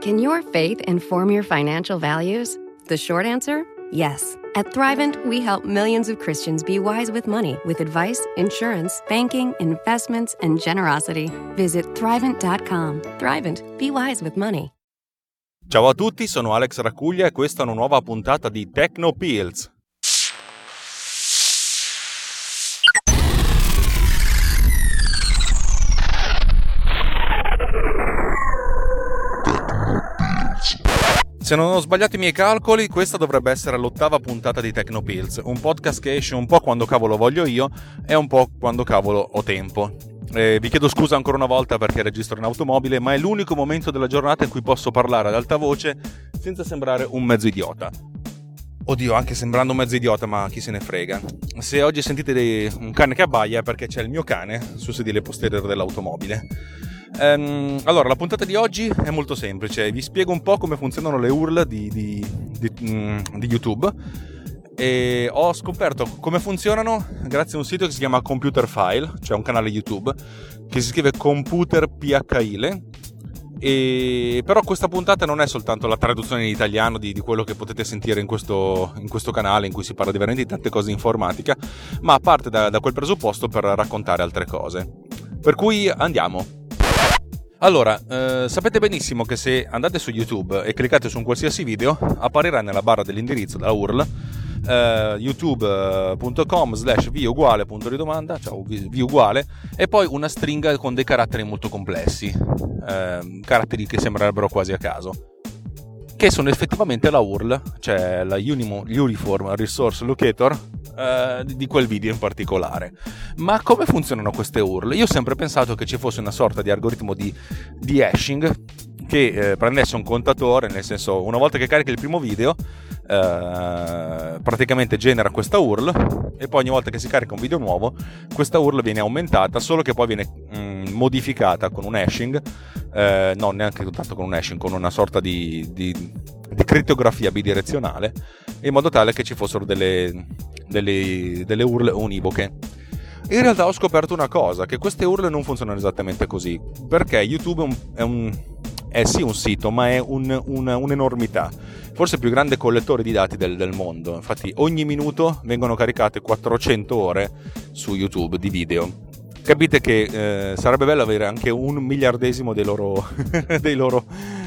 Can your faith inform your financial values? The short answer? Yes. At Thrivent, we help millions of Christians be wise with money with advice, insurance, banking, investments, and generosity. Visit Thrivent.com. Thrivent. Be wise with money. Ciao a tutti, sono Alex Raccuglia e questa è una nuova puntata di Techno Pills. Se non ho sbagliato i miei calcoli, questa dovrebbe essere l'8ª puntata di Techno Pills, un podcast che esce un po' quando cavolo voglio io e un po' quando cavolo ho tempo. Vi chiedo scusa ancora una volta perché registro in automobile, ma è l'unico momento della giornata in cui posso parlare ad alta voce senza sembrare un mezzo idiota. Oddio, anche sembrando un mezzo idiota, ma chi se ne frega. Se oggi sentite un cane che abbaia è perché c'è il mio cane sul sedile posteriore dell'automobile. Allora, la puntata di oggi è molto semplice. Vi spiego un po' come funzionano le URL di YouTube. E ho scoperto come funzionano grazie a un sito che si chiama Computer File, cioè un canale YouTube che si scrive Computer PHile. E però questa puntata non è soltanto la traduzione in italiano di quello che potete sentire in questo canale in cui si parla di veramente tante cose in informatica, ma parte da quel presupposto per raccontare altre cose. Per cui andiamo. Allora, sapete benissimo che se andate su YouTube e cliccate su un qualsiasi video, apparirà nella barra dell'indirizzo della URL youtube.com/v punto di domanda, cioè v uguale, e poi una stringa con dei caratteri molto complessi, caratteri che sembrerebbero quasi a caso, che sono effettivamente la URL, cioè la Uniform Resource Locator di quel video in particolare. Ma come funzionano queste URL? Io ho sempre pensato che ci fosse una sorta di algoritmo di hashing che prendesse un contatore, nel senso, una volta che carica il primo video praticamente genera questa URL e poi ogni volta che si carica un video nuovo questa URL viene aumentata, solo che poi viene modificata con un hashing, no, neanche tanto con un hashing, con una sorta di crittografia bidirezionale, in modo tale che ci fossero delle URL univoche. In realtà ho scoperto una cosa, che queste URL non funzionano esattamente così, perché YouTube è sì un sito, ma è un'enormità, forse il più grande collettore di dati del mondo. Infatti ogni minuto vengono caricate 400 ore su YouTube di video. Capite che sarebbe bello avere anche 1/1000 dei loro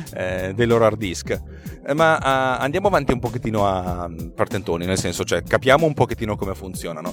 hard disk. Ma andiamo avanti un pochettino a partentoni, nel senso, cioè capiamo un pochettino come funzionano.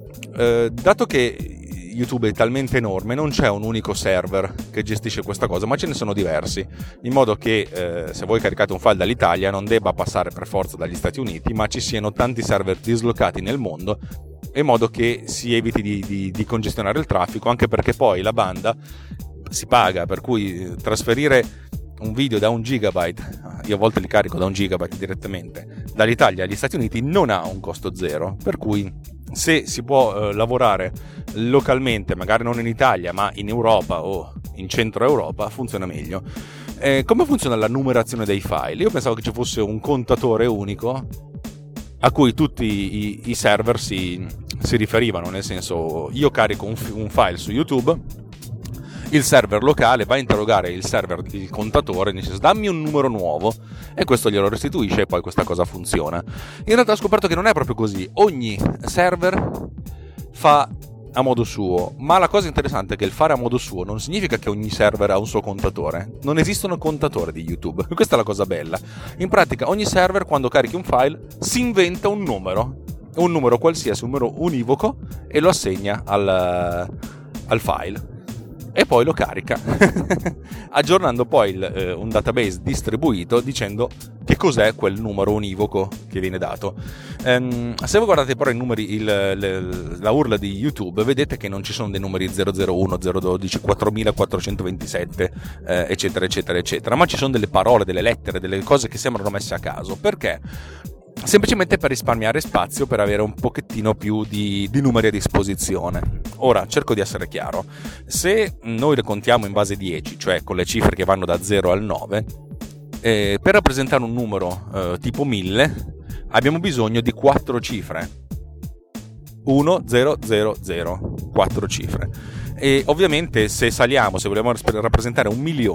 Dato che YouTube è talmente enorme, non c'è un unico server che gestisce questa cosa, ma ce ne sono diversi, in modo che se voi caricate un file dall'Italia non debba passare per forza dagli Stati Uniti, ma ci siano tanti server dislocati nel mondo, in modo che si eviti di congestionare il traffico, anche perché poi la banda si paga, per cui trasferire un video da 1 gigabyte, io a volte li carico da 1 gigabyte direttamente, dall'Italia agli Stati Uniti non ha un costo zero, per cui se si può lavorare localmente, magari non in Italia ma in Europa o in centro Europa, funziona meglio. Come funziona la numerazione dei file? Io pensavo che ci fosse un contatore unico a cui tutti i server si riferivano, nel senso, io carico un file su YouTube, il server locale va a interrogare il contatore, nel senso, dammi un numero nuovo, e questo glielo restituisce e poi questa cosa funziona. In realtà ho scoperto che non è proprio così, ogni server fa a modo suo, ma la cosa interessante è che il fare a modo suo non significa che ogni server ha un suo contatore. Non esistono contatori di YouTube, questa è la cosa bella. In pratica ogni server, quando carichi un file, si inventa un numero qualsiasi, un numero univoco, e lo assegna al file e poi lo carica aggiornando poi un database distribuito dicendo che cos'è quel numero univoco che viene dato. Se voi guardate però i numeri, la URL di YouTube, vedete che non ci sono dei numeri 001, 012, 4427 eccetera eccetera eccetera, ma ci sono delle parole, delle lettere, delle cose che sembrano messe a caso. Perché? Semplicemente per risparmiare spazio, per avere un pochettino più di numeri a disposizione. Ora, cerco di essere chiaro. Se noi le contiamo in base 10, cioè con le cifre che vanno da 0 al 9, per rappresentare un numero tipo 1000 abbiamo bisogno di 4 cifre. 1, 0, 0, 0, 4 cifre. E ovviamente se vogliamo rappresentare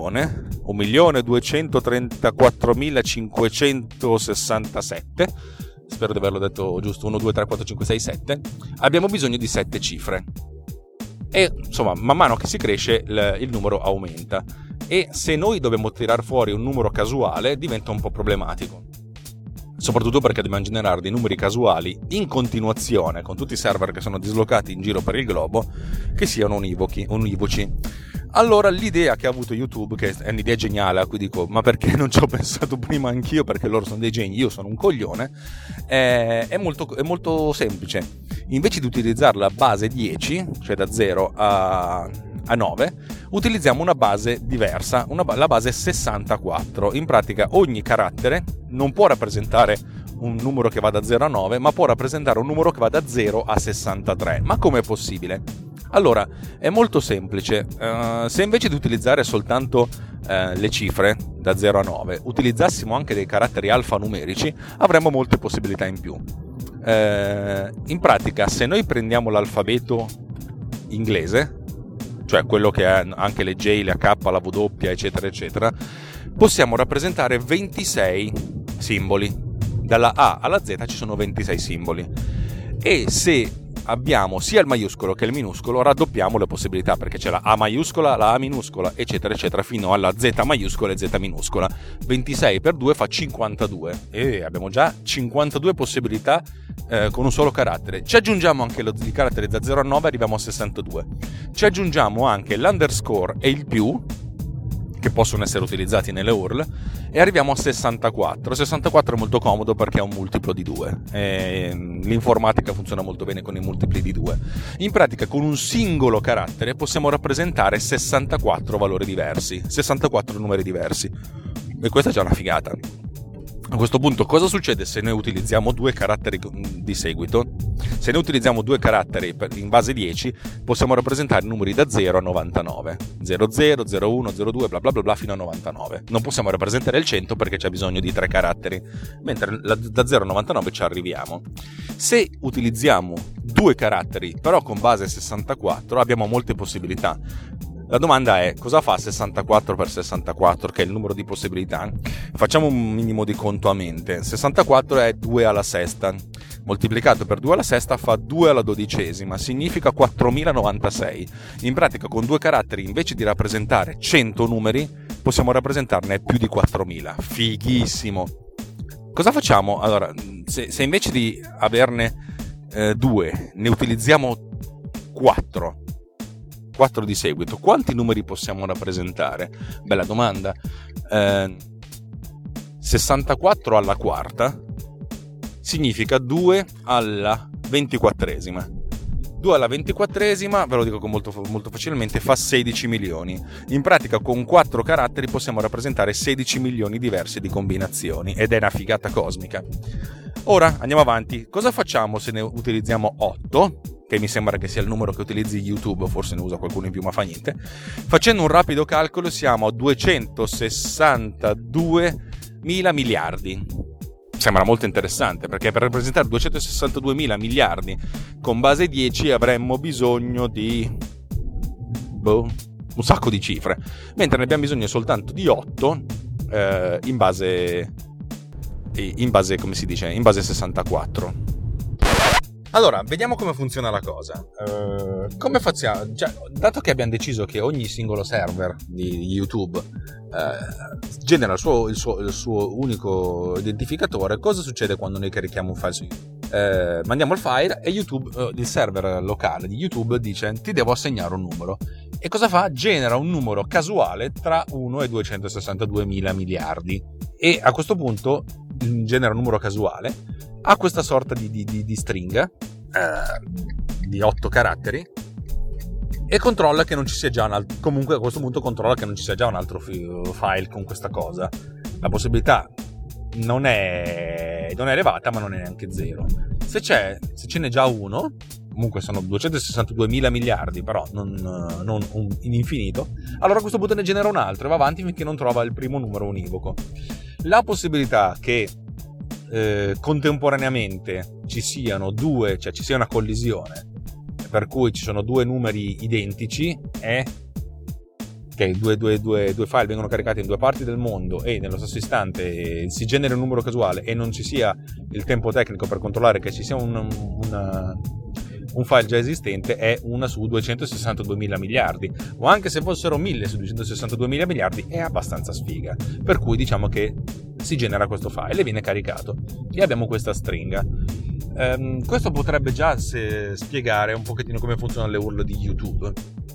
1.234.567, spero di averlo detto giusto, 1, 2, 3, 4, 5, 6, 7, abbiamo bisogno di 7 cifre. E insomma, man mano che si cresce il numero aumenta, e se noi dobbiamo tirar fuori un numero casuale diventa un po' problematico, soprattutto perché dobbiamo generare dei numeri casuali in continuazione con tutti i server che sono dislocati in giro per il globo che siano univoci. Allora l'idea che ha avuto YouTube, che è un'idea geniale a cui dico ma perché non ci ho pensato prima anch'io, perché loro sono dei geni, io sono un coglione, è molto semplice. Invece di utilizzare la base 10, cioè da 0 a 9, utilizziamo una base diversa, la base 64. In pratica ogni carattere non può rappresentare un numero che va da 0 a 9, ma può rappresentare un numero che va da 0 a 63. Ma com'è possibile? Allora, è molto semplice. Se invece di utilizzare soltanto le cifre da 0 a 9 utilizzassimo anche dei caratteri alfanumerici, avremmo molte possibilità in più. In pratica, se noi prendiamo l'alfabeto inglese, cioè quello che ha anche le J, la K, la W, eccetera eccetera, possiamo rappresentare 26 simboli. Dalla A alla Z ci sono 26 simboli, e se abbiamo sia il maiuscolo che il minuscolo raddoppiamo le possibilità, perché c'è la A maiuscola, la A minuscola, eccetera eccetera, fino alla Z maiuscola e Z minuscola. 26 per 2 fa 52, e abbiamo già 52 possibilità con un solo carattere. Ci aggiungiamo anche i caratteri da 0 a 9, arriviamo a 62. Ci aggiungiamo anche l'underscore e il più, che possono essere utilizzati nelle URL, e arriviamo a 64. 64 è molto comodo perché è un multiplo di 2, l'informatica funziona molto bene con i multipli di 2. In pratica con un singolo carattere possiamo rappresentare 64 valori diversi, 64 numeri diversi, e questa è già una figata. A questo punto cosa succede se noi utilizziamo due caratteri di seguito? Se noi utilizziamo due caratteri in base 10, possiamo rappresentare numeri da 0 a 99. 00, 01, 02, bla bla bla bla fino a 99. Non possiamo rappresentare il 100 perché c'è bisogno di 3 caratteri, mentre da 0 a 99 ci arriviamo. Se utilizziamo due caratteri però con base 64, abbiamo molte possibilità. La domanda è: cosa fa 64 per 64, che è il numero di possibilità? Facciamo un minimo di conto a mente. 64 è 2 alla sesta, moltiplicato per 2 alla sesta fa 2 alla dodicesima, significa 4096. In pratica con due caratteri, invece di rappresentare 100 numeri, possiamo rappresentarne più di 4000. Fighissimo! Cosa facciamo? Allora, se invece di averne 2 ne utilizziamo 4 di seguito, quanti numeri possiamo rappresentare? Bella domanda. 64 alla quarta significa 2 alla 24esima. 2 alla 24esima, ve lo dico molto, molto facilmente, fa 16 milioni. In pratica con 4 caratteri possiamo rappresentare 16 milioni diversi di combinazioni, ed è una figata cosmica. Ora andiamo avanti. Cosa facciamo se ne utilizziamo 8? Che mi sembra che sia il numero che utilizzi YouTube, forse ne usa qualcuno in più, ma fa niente. Facendo un rapido calcolo siamo a 262 mila miliardi. Sembra molto interessante, perché per rappresentare 262 mila miliardi con base 10 avremmo bisogno di un sacco di cifre, mentre ne abbiamo bisogno soltanto di 8 in base come si dice, in base 64. Allora, vediamo come funziona la cosa. Come facciamo? Cioè, dato che abbiamo deciso che ogni singolo server di YouTube genera il suo unico identificatore, cosa succede quando noi carichiamo un file su YouTube? Mandiamo il file e YouTube, il server locale di YouTube, dice: ti devo assegnare un numero. E cosa fa? Genera un numero casuale tra 1 e 262 mila miliardi. E a questo punto genera un numero casuale, ha questa sorta di stringa di 8 caratteri, e controlla che non ci sia già comunque a questo punto controlla che non ci sia già un altro file con questa cosa. La possibilità non è elevata, ma non è neanche zero. Se ce n'è già uno, comunque sono 262 mila miliardi, però non in infinito, allora a questo punto ne genera un altro e va avanti finché non trova il primo numero univoco. La possibilità che contemporaneamente ci siano due, cioè ci sia una collisione per cui ci sono due numeri identici due file vengono caricati in due parti del mondo e nello stesso istante si genera un numero casuale e non ci sia il tempo tecnico per controllare che ci sia un file già esistente, è 1 su 262 mila miliardi, o anche se fossero 1000 su 262 mila miliardi è abbastanza sfiga, per cui diciamo che si genera questo file e viene caricato e abbiamo questa stringa. Questo potrebbe già spiegare un pochettino come funzionano le URL di YouTube.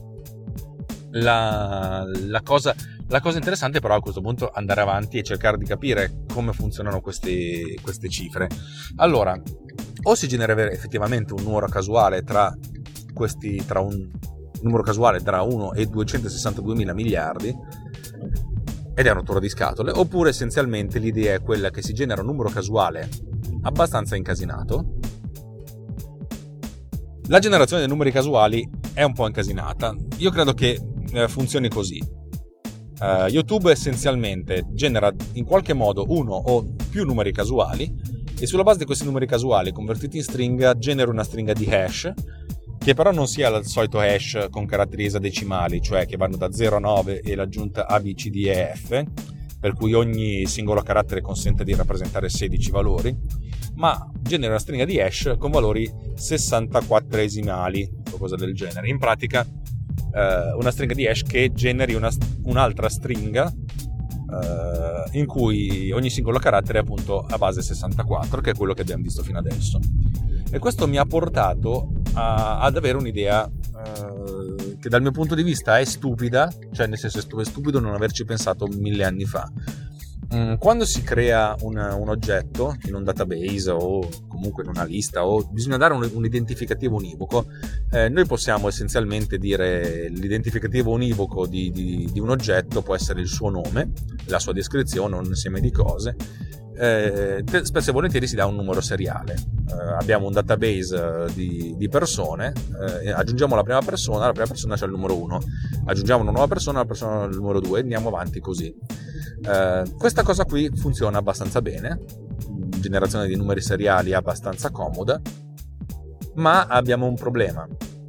La cosa interessante però a questo punto è andare avanti e cercare di capire come funzionano queste cifre. Allora, o si genera effettivamente un numero casuale tra un numero casuale tra 1 e 262 mila miliardi ed è una rottura di scatole, oppure essenzialmente l'idea è quella che si genera un numero casuale abbastanza incasinato. La generazione dei numeri casuali è un po' incasinata. Io credo che funzioni così. YouTube essenzialmente genera in qualche modo uno o più numeri casuali e sulla base di questi numeri casuali convertiti in stringa genera una stringa di hash, che però non sia il solito hash con caratteri esadecimali, cioè che vanno da 0 a 9 e l'aggiunta A, B, C, D e F, per cui ogni singolo carattere consente di rappresentare 16 valori, ma genera una stringa di hash con valori 64esimali o cosa del genere. In pratica una stringa di hash che generi un'altra stringa in cui ogni singolo carattere è appunto a base 64, che è quello che abbiamo visto fino adesso. E questo mi ha portato ad avere un'idea che dal mio punto di vista è stupida, cioè nel senso è stupido non averci pensato 1000 anni fa. Quando si crea un oggetto in un database o comunque in una lista, o bisogna dare un identificativo univoco, noi possiamo essenzialmente dire l'identificativo univoco di un oggetto può essere il suo nome, la sua descrizione, un insieme di cose. Spesso e volentieri si dà un numero seriale. Abbiamo un database di persone, aggiungiamo la prima persona c'è il numero 1, aggiungiamo una nuova persona, la persona il numero 2 e andiamo avanti così. Questa cosa qui funziona abbastanza bene, generazione di numeri seriali è abbastanza comoda, ma abbiamo un problema,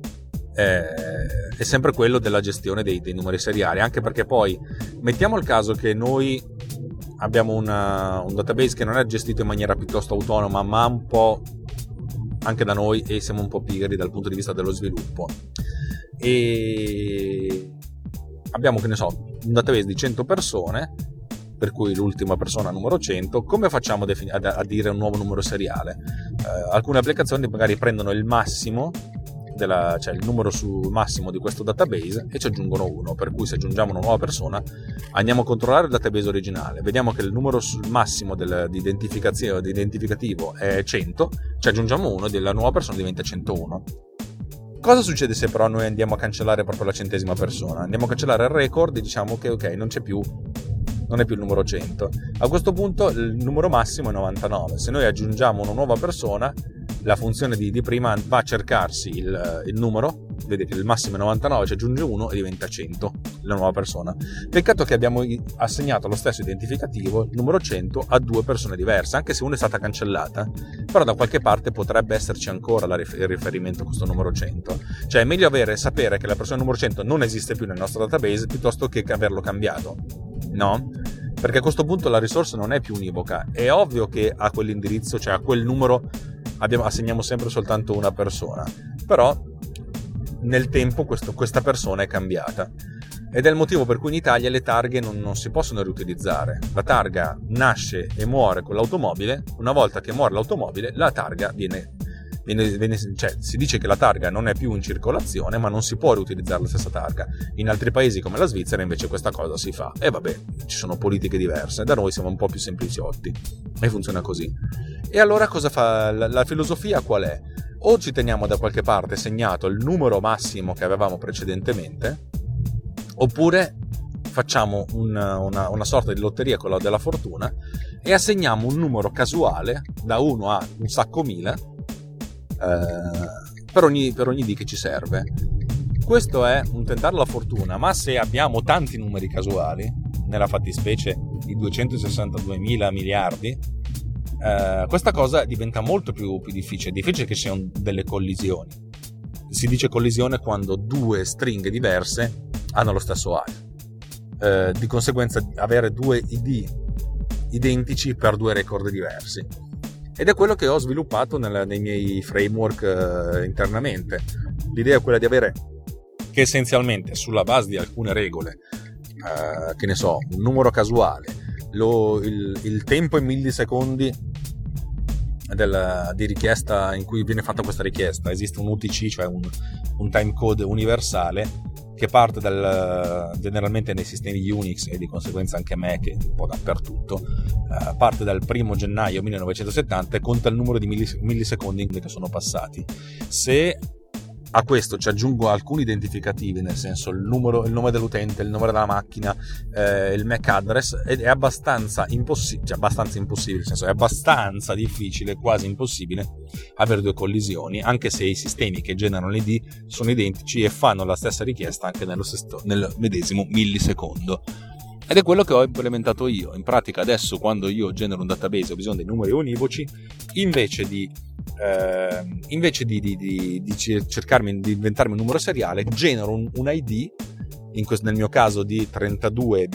è sempre quello della gestione dei numeri seriali, anche perché poi mettiamo il caso che noi abbiamo un database che non è gestito in maniera piuttosto autonoma, ma un po' anche da noi, e siamo un po' pigri dal punto di vista dello sviluppo, e abbiamo, che ne so, un database di 100 persone, per cui l'ultima persona numero 100. Come facciamo a dire un nuovo numero seriale? Alcune applicazioni magari prendono il massimo cioè il numero sul massimo di questo database e ci aggiungono 1, per cui se aggiungiamo una nuova persona andiamo a controllare il database originale, vediamo che il numero sul massimo di identificativo è 100, ci aggiungiamo 1 e della nuova persona diventa 101. Cosa succede se però noi andiamo a cancellare proprio la 100ª persona? Andiamo a cancellare il record e diciamo che ok, non è più il numero 100. A questo punto il numero massimo è 99. Se noi aggiungiamo una nuova persona, la funzione di prima va a cercarsi il numero, vede che il massimo è 99, ci aggiunge 1 e diventa 100 la nuova persona. Peccato che abbiamo assegnato lo stesso identificativo, il numero 100, a due persone diverse, anche se una è stata cancellata, però da qualche parte potrebbe esserci ancora il riferimento a questo numero 100. Cioè è meglio sapere che la persona numero 100 non esiste più nel nostro database piuttosto che averlo cambiato, no? Perché a questo punto la risorsa non è più univoca. È ovvio che a quell'indirizzo, cioè a quel numero, assegniamo sempre soltanto una persona, però nel tempo questa persona è cambiata, ed è il motivo per cui in Italia le targhe non si possono riutilizzare. La targa nasce e muore con l'automobile, una volta che muore l'automobile la targa cioè si dice che la targa non è più in circolazione, ma non si può riutilizzare la stessa targa. In altri paesi come la Svizzera invece questa cosa si fa, e vabbè, ci sono politiche diverse. Da noi siamo un po' più sempliciotti e funziona così. E allora cosa fa la filosofia? Qual è? O ci teniamo da qualche parte segnato il numero massimo che avevamo precedentemente, oppure facciamo una sorta di lotteria con la della fortuna e assegniamo un numero casuale da 1 a un sacco mila per ogni dì che ci serve. Questo è un tentare la fortuna, ma se abbiamo tanti numeri casuali, nella fattispecie i 262 mila miliardi, questa cosa diventa molto più difficile. È difficile che ci siano delle collisioni. Si dice collisione quando due stringhe diverse hanno lo stesso hash. Di conseguenza avere due ID identici per due record diversi. Ed è quello che ho sviluppato nei miei framework internamente. L'idea è quella di avere che essenzialmente sulla base di alcune regole, che ne so, un numero casuale, il tempo in millisecondi di richiesta in cui viene fatta questa richiesta, esiste un UTC, cioè un timecode universale che parte generalmente nei sistemi Unix e di conseguenza anche Mac e un po' dappertutto, parte dal 1 gennaio 1970 e conta il numero di millisecondi che sono passati. Se a questo ci aggiungo alcuni identificativi, nel senso il nome dell'utente, il nome della macchina, il MAC address, è abbastanza impossibile, nel senso è abbastanza difficile, quasi impossibile, avere due collisioni, anche se i sistemi che generano l'ID sono identici e fanno la stessa richiesta anche nel medesimo millisecondo. Ed è quello che ho implementato io. In pratica adesso, quando io genero un database ho bisogno dei numeri univoci, invece di cercarmi di inventarmi un numero seriale, genero un ID, nel mio caso di 32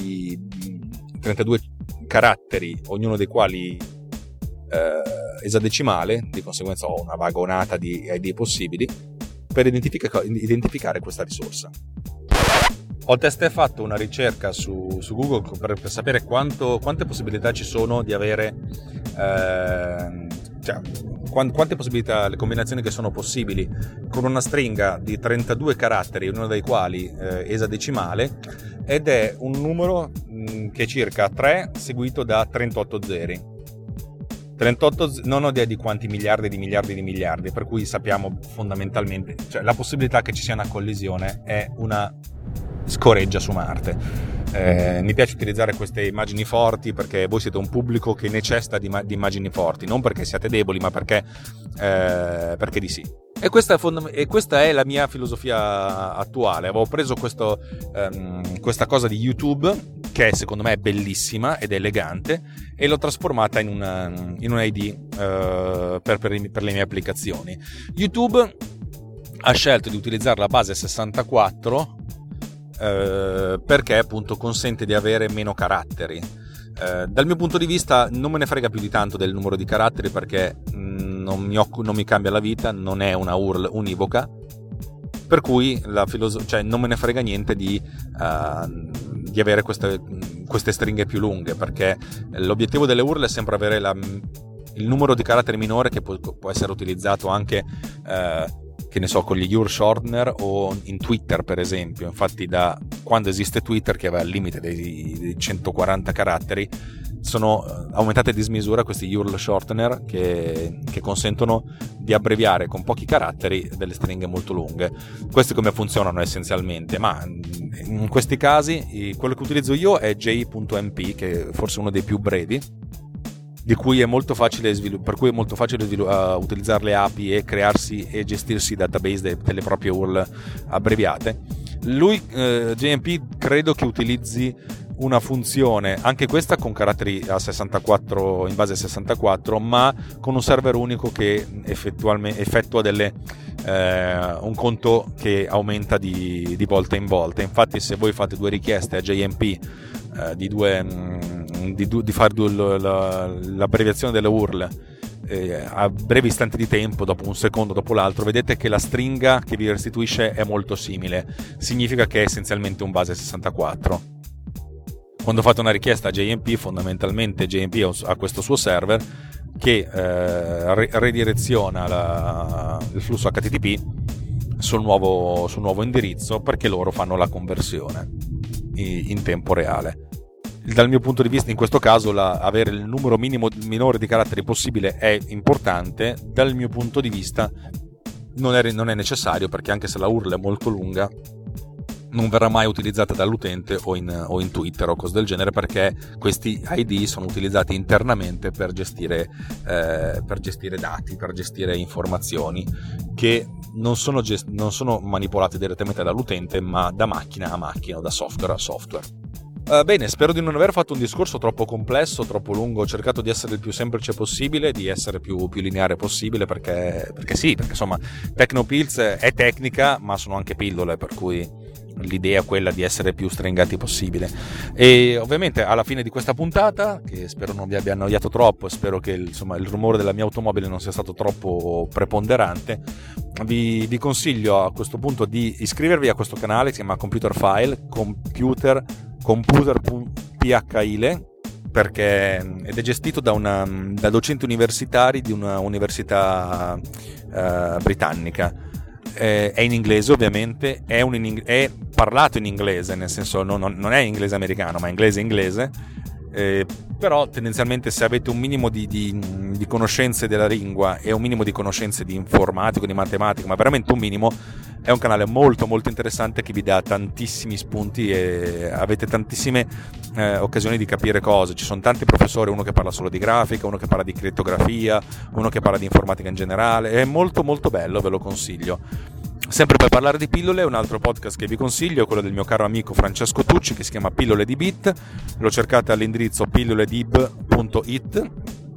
caratteri, ognuno dei quali esadecimale, di conseguenza ho una vagonata di ID possibili per identificare questa risorsa. Ho testé fatto una ricerca su Google per sapere quante possibilità ci sono di avere, quante possibilità, le combinazioni che sono possibili con una stringa di 32 caratteri, ognuno dei quali esadecimale, ed è un numero che è circa 3 seguito da 38 zeri. 38, non ho idea di quanti miliardi, per cui sappiamo fondamentalmente, cioè la possibilità che ci sia una collisione è una scoreggia su Marte. Mi piace utilizzare queste immagini forti perché voi siete un pubblico che necessita di immagini forti, non perché siate deboli, ma perché di sì. E questa è la mia filosofia attuale. Avevo preso questa cosa di YouTube, che secondo me è bellissima ed è elegante, e l'ho trasformata in un ID per le mie applicazioni. YouTube ha scelto di utilizzare la base 64 perché appunto consente di avere meno caratteri. Dal mio punto di vista non me ne frega più di tanto del numero di caratteri, perché non mi cambia la vita, non è una URL univoca, per cui non me ne frega niente di avere queste stringhe più lunghe, perché l'obiettivo delle URL è sempre avere il numero di caratteri minore, che può essere utilizzato anche che ne so, con gli URL shortener o in Twitter per esempio. Infatti da quando esiste Twitter, che aveva il limite dei 140 caratteri, sono aumentate a dismisura questi URL shortener che consentono di abbreviare con pochi caratteri delle stringhe molto lunghe. Questi come funzionano essenzialmente? Ma in questi casi quello che utilizzo io è j.mp, che è forse uno dei più brevi, per cui è molto facile utilizzare le API e crearsi e gestirsi i database delle proprie URL abbreviate. JMP credo che utilizzi una funzione, anche questa con caratteri a 64, in base a 64, ma con un server unico che effettua un conto che aumenta di volta in volta. Infatti se voi fate due richieste a JMP di fare l'abbreviazione delle URL a brevi istanti di tempo, dopo un secondo dopo l'altro, vedete che la stringa che vi restituisce è molto simile. Significa che è essenzialmente un base 64. Quando fate una richiesta a JMP, fondamentalmente JMP ha questo suo server che redireziona il flusso HTTP sul nuovo indirizzo, perché loro fanno la conversione in tempo reale. Dal mio punto di vista, in questo caso, avere il numero minore di caratteri possibile è importante. Dal mio punto di vista non è necessario, perché anche se la URL è molto lunga non verrà mai utilizzata dall'utente o in Twitter o cose del genere, perché questi ID sono utilizzati internamente per gestire dati, per gestire informazioni che non sono manipolate direttamente dall'utente, ma da macchina a macchina o da software a software. Bene, spero di non aver fatto un discorso troppo complesso, troppo lungo. Ho cercato di essere il più semplice possibile, di essere più lineare possibile, perché insomma Tecnopills è tecnica, ma sono anche pillole, per cui l'idea è quella di essere più stringati possibile. E ovviamente alla fine di questa puntata, che spero non vi abbia annoiato troppo e spero che il rumore della mia automobile non sia stato troppo preponderante, vi consiglio a questo punto di iscrivervi a questo canale che si chiama Computer File, computer.phle, ed è gestito da docenti universitari di una università britannica. È in inglese, ovviamente, è parlato in inglese, nel senso non è inglese americano, ma inglese, però tendenzialmente se avete un minimo di conoscenze della lingua e un minimo di conoscenze di informatico, di matematica, ma veramente un minimo, è un canale molto molto interessante che vi dà tantissimi spunti e avete tantissime occasioni di capire cose. Ci sono tanti professori, uno che parla solo di grafica, uno che parla di crittografia, uno che parla di informatica in generale. È molto molto bello, ve lo consiglio. Sempre per parlare di pillole, un altro podcast che vi consiglio è quello del mio caro amico Francesco Tucci, che si chiama Pillole di Bit. Lo cercate all'indirizzo pilloledib.it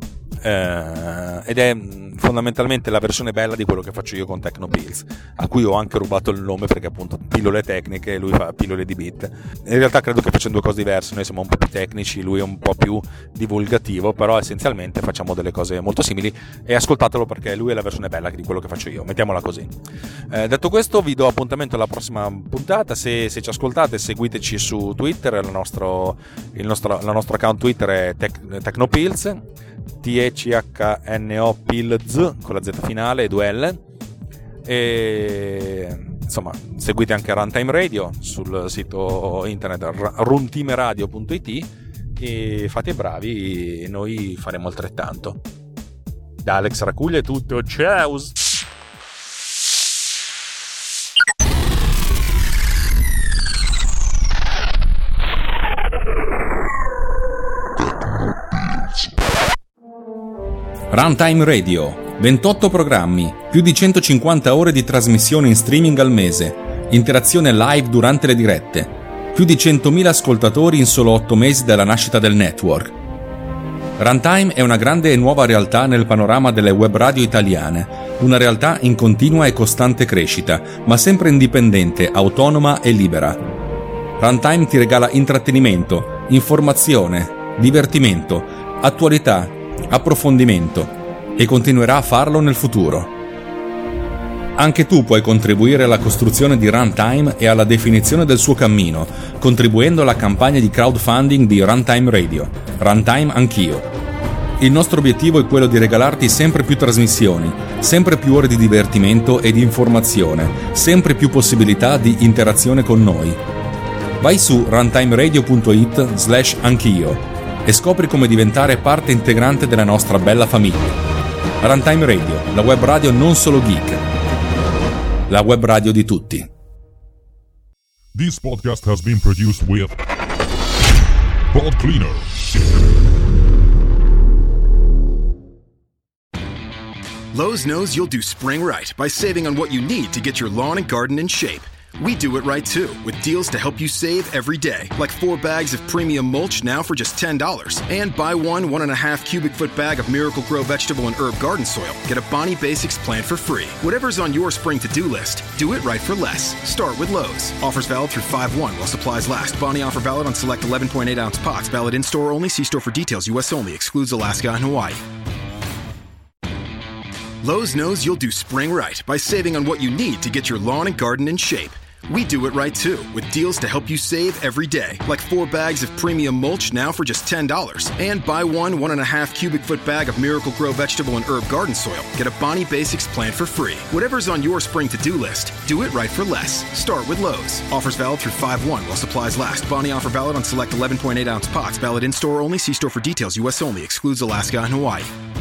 ed è fondamentalmente la versione bella di quello che faccio io con Tecnopills, a cui ho anche rubato il nome perché appunto pillole tecniche e lui fa pillole di bit. In realtà credo che facciamo due cose diverse, noi siamo un po' più tecnici, lui è un po' più divulgativo, però essenzialmente facciamo delle cose molto simili, e ascoltatelo perché lui è la versione bella di quello che faccio io, mettiamola così. Detto questo, vi do appuntamento alla prossima puntata. Se ci ascoltate, seguiteci su Twitter, il nostro account Twitter è Tecnopills, THNO Pills con la Z finale e 2 L, e insomma seguite anche Runtime Radio sul sito internet runtimeradio.it e fate i bravi e noi faremo altrettanto. Da Alex Racuglia è tutto, ciao! Runtime Radio, 28 programmi, più di 150 ore di trasmissione in streaming al mese, interazione live durante le dirette, più di 100.000 ascoltatori in solo 8 mesi dalla nascita del network. Runtime è una grande e nuova realtà nel panorama delle web radio italiane, una realtà in continua e costante crescita, ma sempre indipendente, autonoma e libera. Runtime ti regala intrattenimento, informazione, divertimento, attualità, approfondimento, e continuerà a farlo nel futuro. Anche tu puoi contribuire alla costruzione di Runtime e alla definizione del suo cammino, contribuendo alla campagna di crowdfunding di Runtime Radio, Runtime Anch'io. Il nostro obiettivo è quello di regalarti sempre più trasmissioni, sempre più ore di divertimento e di informazione, sempre più possibilità di interazione con noi. Vai su runtimeradio.it/anch'io e scopri come diventare parte integrante della nostra bella famiglia. Runtime Radio, la web radio non solo geek, la web radio di tutti. This podcast has been produced with Pod Cleaner. Lowe's knows you'll do spring right by saving on what you need to get your lawn and garden in shape. We do it right too, with deals to help you save every day, like 4 bags of premium mulch now for just $10. And buy 1.5 cubic foot bag of Miracle-Gro vegetable and herb garden soil. Get a Bonnie Basics plant for free. Whatever's on your spring to-do list, do it right for less. Start with Lowe's. Offers valid through 5/1 while supplies last. Bonnie offer valid on select 11.8-ounce pots. Valid in-store only. See store for details. U.S. only. Excludes Alaska and Hawaii. Lowe's knows you'll do spring right by saving on what you need to get your lawn and garden in shape. We do it right too, with deals to help you save every day, like 4 bags of premium mulch now for just $10. And buy 1.5 cubic foot bag of Miracle-Gro vegetable and herb garden soil. Get a Bonnie Basics plant for free. Whatever's on your spring to-do list, do it right for less. Start with Lowe's. Offers valid through 5/1 while supplies last. Bonnie offer valid on select 11.8-ounce pots. Valid in-store only. See store for details. U.S. only. Excludes Alaska and Hawaii.